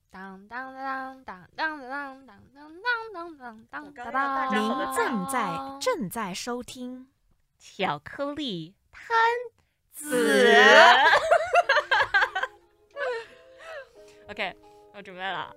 当当当当当当当当当当当当当。 您正在收听巧克力摊子。 OK， 我准备了。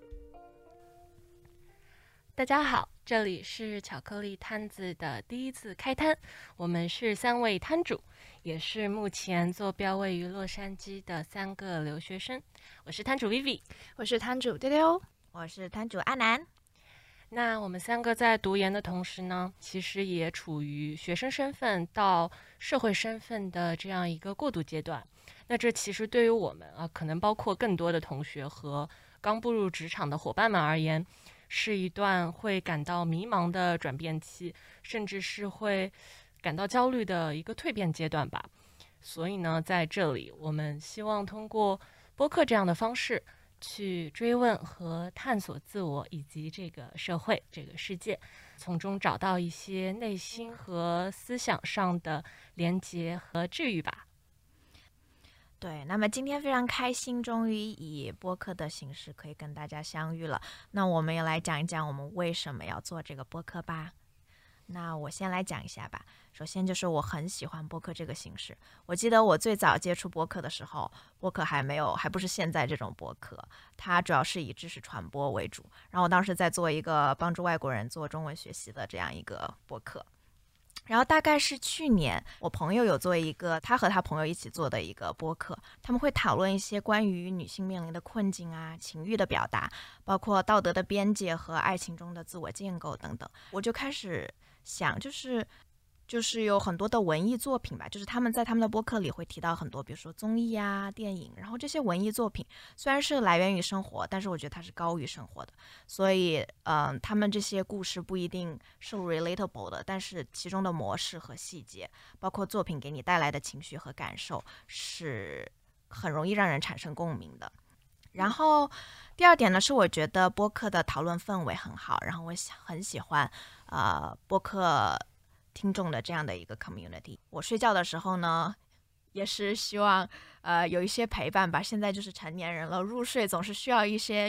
大家好，这里是巧克力摊子的第一次开摊，我们是3位摊主，也是目前坐标位于洛杉矶的3个留学生。我是摊主 Vivi， 我是摊主丢丢， 我是摊主阿南。 那我们3个在读研的同时呢，其实也处于学生身份到社会身份的这样一个过渡阶段。那这其实对于我们可能包括更多的同学和刚步入职场的伙伴们而言，是一段会感到迷茫的转变期，甚至是会感到焦虑的一个蜕变阶段吧。所以呢，在这里我们希望通过播客这样的方式去追问和探索自我以及这个社会这个世界，从中找到一些内心和思想上的连结和治愈吧。 对，那么今天非常开心，终于以播客的形式可以跟大家相遇了。那我们也来讲一讲我们为什么要做这个播客吧。那我先来讲一下吧。首先就是我很喜欢播客这个形式。我记得我最早接触播客的时候，播客还不是现在这种播客，它主要是以知识传播为主。然后我当时在做一个帮助外国人做中文学习的这样一个播客。然后大概是去年，我朋友有做一个，他和他朋友一起做的一个播客，他们会讨论一些关于女性面临的困境啊、情欲的表达，包括道德的边界和爱情中的自我建构等等。我就开始想，就是有很多的文艺作品吧，就是他们在他们的播客里会提到很多，比如说综艺啊、电影，然后这些文艺作品虽然是来源于生活，但是我觉得它是高于生活的，所以他们这些故事不一定是 relatable 的，但是其中的模式和细节，包括作品给你带来的情绪和感受，是很容易让人产生共鸣的。然后第二点呢，是我觉得播客的讨论氛围很好，然后我很喜欢播客听众的这样的一个 community。 我睡觉的时候呢也是希望有一些陪伴吧，现在就是成年人了，入睡总是需要一些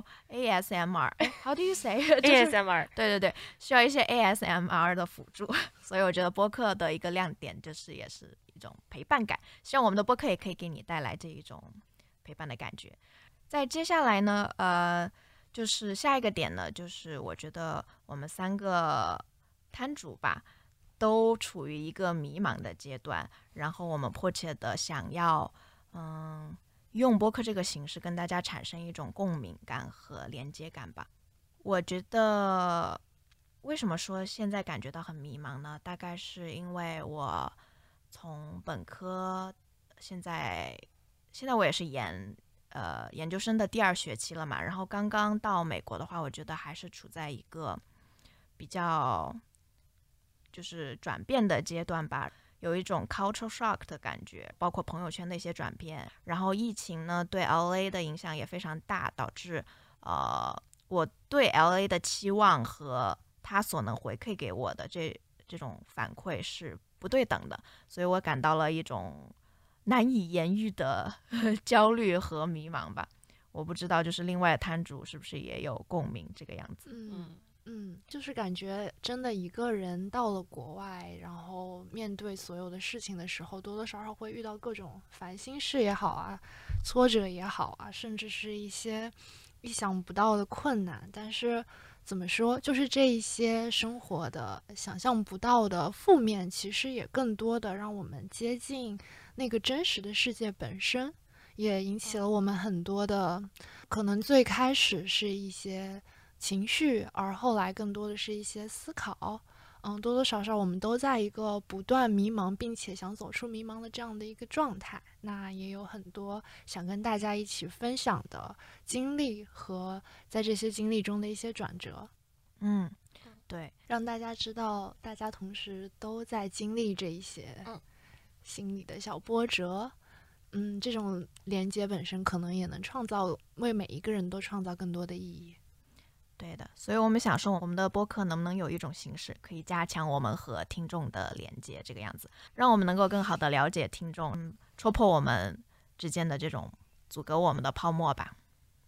ASMR How do you say ASMR 对，需要一些 ASMR 的辅助。所以我觉得播客的一个亮点就是也是一种陪伴感，希望我们的播客也可以给你带来这一种陪伴的感觉。在接下来呢就是下一个点呢，就是我觉得我们3个摊主吧都处于一个迷茫的阶段，然后我们迫切的想要用播客这个形式跟大家产生一种共鸣感和连接感吧。我觉得为什么说现在感觉到很迷茫呢？大概是因为我从本科现在我也是研究生的第2学期了嘛，然后刚刚到美国的话，我觉得还是处在一个比较就是转变的阶段吧，有一种 cultural shock 的感觉，包括朋友圈的一些转变，然后疫情呢对 LA 的影响也非常大，导致我对 LA 的期望和他所能回馈给我的这种反馈是不对等的，所以我感到了一种难以言喻的焦虑和迷茫吧。我不知道就是另外摊主是不是也有共鸣这个样子。 就是感觉真的一个人到了国外，然后面对所有的事情的时候，多多少少会遇到各种烦心事也好啊，挫折也好啊，甚至是一些意想不到的困难。但是怎么说，就是这一些生活的想象不到的负面，其实也更多的让我们接近那个真实的世界本身，也引起了我们很多的，可能最开始是一些情绪，而后来更多的是一些思考。多多少少我们都在一个不断迷茫并且想走出迷茫的这样的一个状态，那也有很多想跟大家一起分享的经历和在这些经历中的一些转折。 对， 让大家知道大家同时都在经历这一些心理的小波折。这种连接本身可能也能为每一个人都创造更多的意义。 对的，所以我们想说我们的播客能不能有一种形式可以加强我们和听众的连接，这个样子让我们能够更好的了解听众，戳破我们之间的这种阻隔我们的泡沫吧。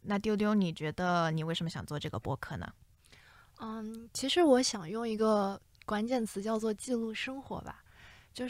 那丢丢，你觉得你为什么想做这个播客呢？ 其实我想用一个关键词叫做记录生活吧，就是，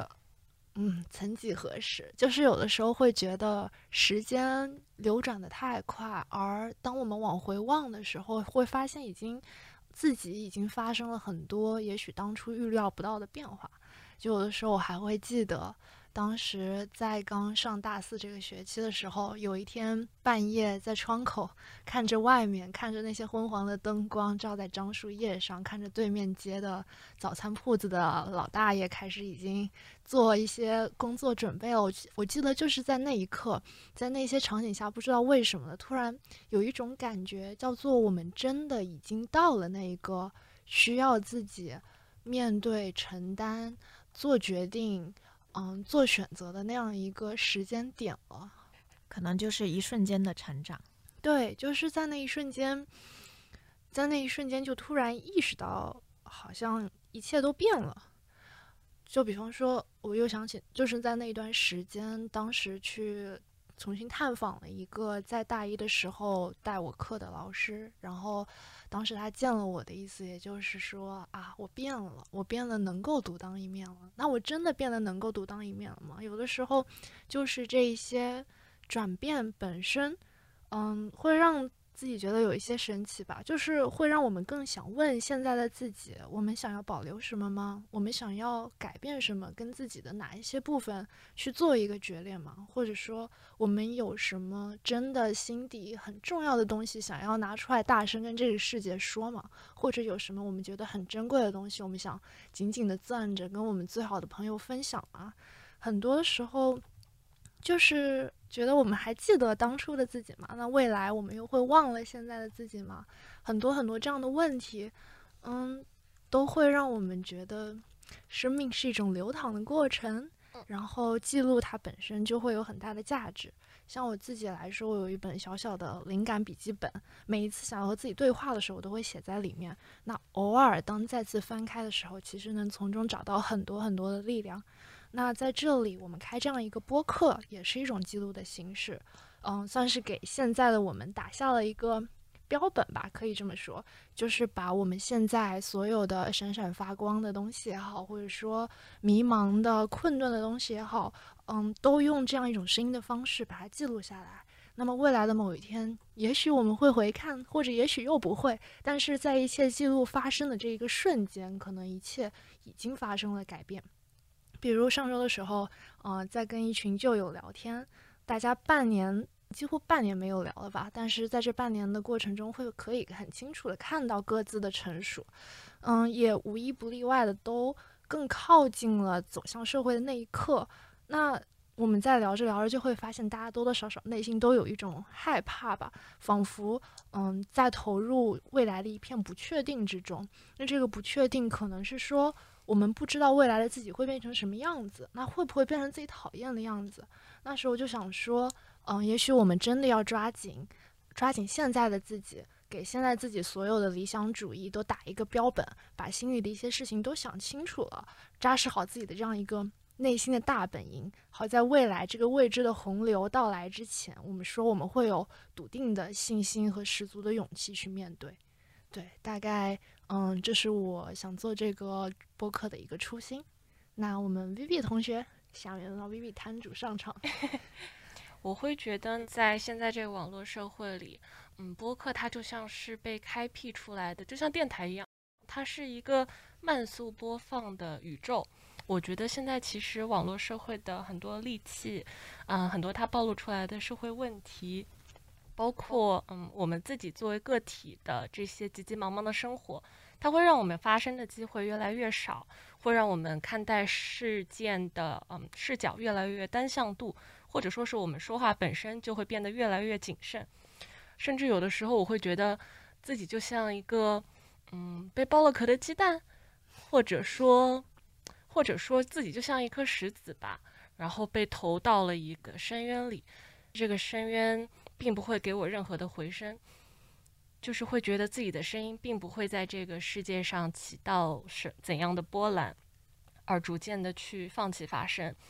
曾几何时，就是有的时候会觉得时间流转的太快，而当我们往回望的时候，会发现自己已经发生了很多也许当初预料不到的变化。就有的时候我还会记得，当时在刚上大四这个学期的时候，有一天半夜在窗口看着外面，看着那些昏黄的灯光照在樟树叶上，看着对面街的早餐铺子的老大爷开始已经做一些工作准备了。我记得就是在那一刻，在那些场景下，不知道为什么的，突然有一种感觉，叫做我们真的已经到了那一个需要自己面对、承担、做决定、做选择的那样一个时间点了。 可能就是一瞬间的成长。 对，就是在那一瞬间，就突然意识到，好像一切都变了。就比方说，我又想起，就是在那一段时间，当时去重新探访了一个在大一的时候带我课的老师，然后当时他见了我的意思，也就是说啊，我变了，我变得能够独当一面了。那我真的变得能够独当一面了吗？有的时候，就是这一些转变本身，会让自己觉得有一些神奇吧，就是会让我们更想问现在的自己，我们想要保留什么吗？我们想要改变什么？跟自己的哪一些部分去做一个决裂吗？或者说，我们有什么真的心底很重要的东西想要拿出来大声跟这个世界说吗？或者有什么我们觉得很珍贵的东西，我们想紧紧的攥着跟我们最好的朋友分享啊？很多时候就是觉得我们还记得当初的自己吗？那未来我们又会忘了现在的自己吗？很多很多这样的问题，都会让我们觉得生命是一种流淌的过程，然后记录它本身就会有很大的价值。像我自己来说，我有一本小小的灵感笔记本，每一次想要和自己对话的时候，我都会写在里面。那偶尔当再次翻开的时候，其实能从中找到很多很多的力量。那在这里，我们开这样一个播客，也是一种记录的形式，算是给现在的我们打下了一个标本吧，可以这么说，就是把我们现在所有的闪闪发光的东西也好，或者说迷茫的、困顿的东西也好，都用这样一种声音的方式把它记录下来。那么未来的某一天，也许我们会回看，或者也许又不会，但是在一切记录发生的这一个瞬间，可能一切已经发生了改变。比如上周的时候，在跟一群旧友聊天，大家几乎半年没有聊了吧，但是在这半年的过程中，可以很清楚的看到各自的成熟，也无一不例外的都更靠近了走向社会的那一刻。那我们在聊着聊着，就会发现大家多多少少内心都有一种害怕吧，仿佛在投入未来的一片不确定之中。那这个不确定可能是说，我们不知道未来的自己会变成什么样子，那会不会变成自己讨厌的样子？那时候就想说，也许我们真的要抓紧现在的自己，给现在自己所有的理想主义都打一个标本，把心里的一些事情都想清楚了，扎实好自己的这样一个内心的大本营，好在未来这个未知的洪流到来之前，我们说我们会有笃定的信心和十足的勇气去面对。对，大概这是我想做这个播客的一个初心。那我们 Vivi 同学，下面让 Vivi 摊主上场。 我会觉得在现在这个网络社会里，播客它就像是被开辟出来的，就像电台一样，它是一个慢速播放的宇宙。我觉得现在其实网络社会的很多戾气，很多它暴露出来的社会问题，包括我们自己作为个体的这些急急忙忙的生活，它会让我们发声的机会越来越少，会让我们看待事件的视角越来越单向度，或者说是我们说话本身就会变得越来越谨慎，甚至有的时候我会觉得自己就像一个被剥了壳的鸡蛋，或者说自己就像一颗石子吧，然后被投到了一个深渊里，这个深渊并不会给我任何的回声，就是会觉得自己的声音并不会在这个世界上起到怎样的波澜，而逐渐的去放弃发声。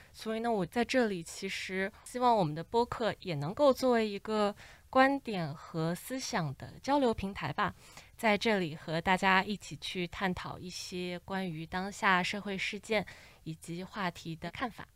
所以呢，我在这里其实希望我们的播客也能够作为一个观点和思想的交流平台吧，在这里和大家一起去探讨一些关于当下社会事件以及话题的看法。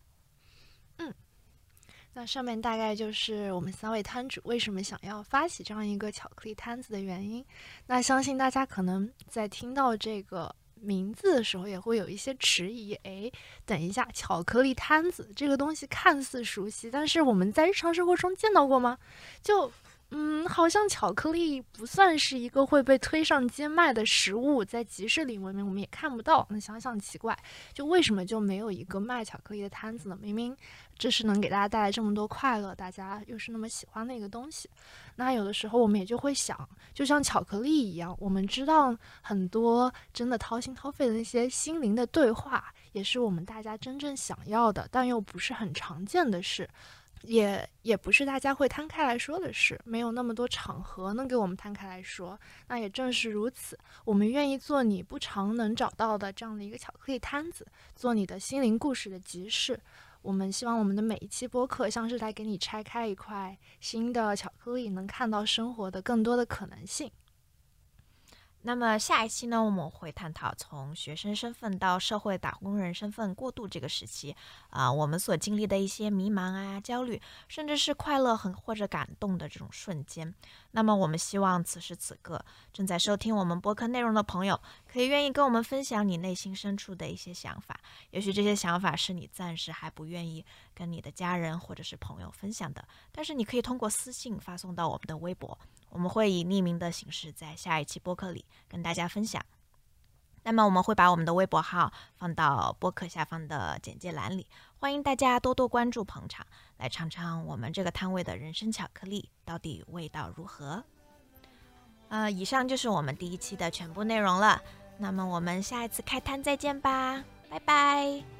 那上面大概就是我们3位摊主为什么想要发起这样一个巧克力摊子的原因。那相信大家可能在听到这个名字的时候也会有一些迟疑，等一下，巧克力摊子这个东西看似熟悉，但是我们在日常生活中见到过吗？好像巧克力不算是一个会被推上街卖的食物，在集市里面我们也看不到。那想想奇怪，就为什么就没有一个卖巧克力的摊子呢？明明这是能给大家带来这么多快乐，大家又是那么喜欢的一个东西。那有的时候我们也就会想，就像巧克力一样，我们知道很多真的掏心掏肺的那些心灵的对话，也是我们大家真正想要的，但又不是很常见的事。也不是大家会摊开来说的事，没有那么多场合能给我们摊开来说。那也正是如此，我们愿意做你不常能找到的这样的一个巧克力摊子，做你的心灵故事的集市。我们希望我们的每一期播客像是在给你拆开一块新的巧克力，能看到生活的更多的可能性。 那么下一期呢，我们会探讨从学生身份到社会打工人身份过渡这个时期我们所经历的一些迷茫啊、焦虑，甚至是快乐或者感动的这种瞬间。那么我们希望此时此刻正在收听我们播客内容的朋友，可以愿意跟我们分享你内心深处的一些想法。也许这些想法是你暂时还不愿意跟你的家人或者是朋友分享的，但是你可以通过私信发送到我们的微博，我们会以匿名的形式在下一期播客里跟大家分享。那么我们会把我们的微博号放到播客下方的简介栏里，欢迎大家多多关注捧场，来尝尝我们这个摊位的人参巧克力到底味道如何。以上就是我们第1期的全部内容了，那么我们下一次开摊再见吧，拜拜。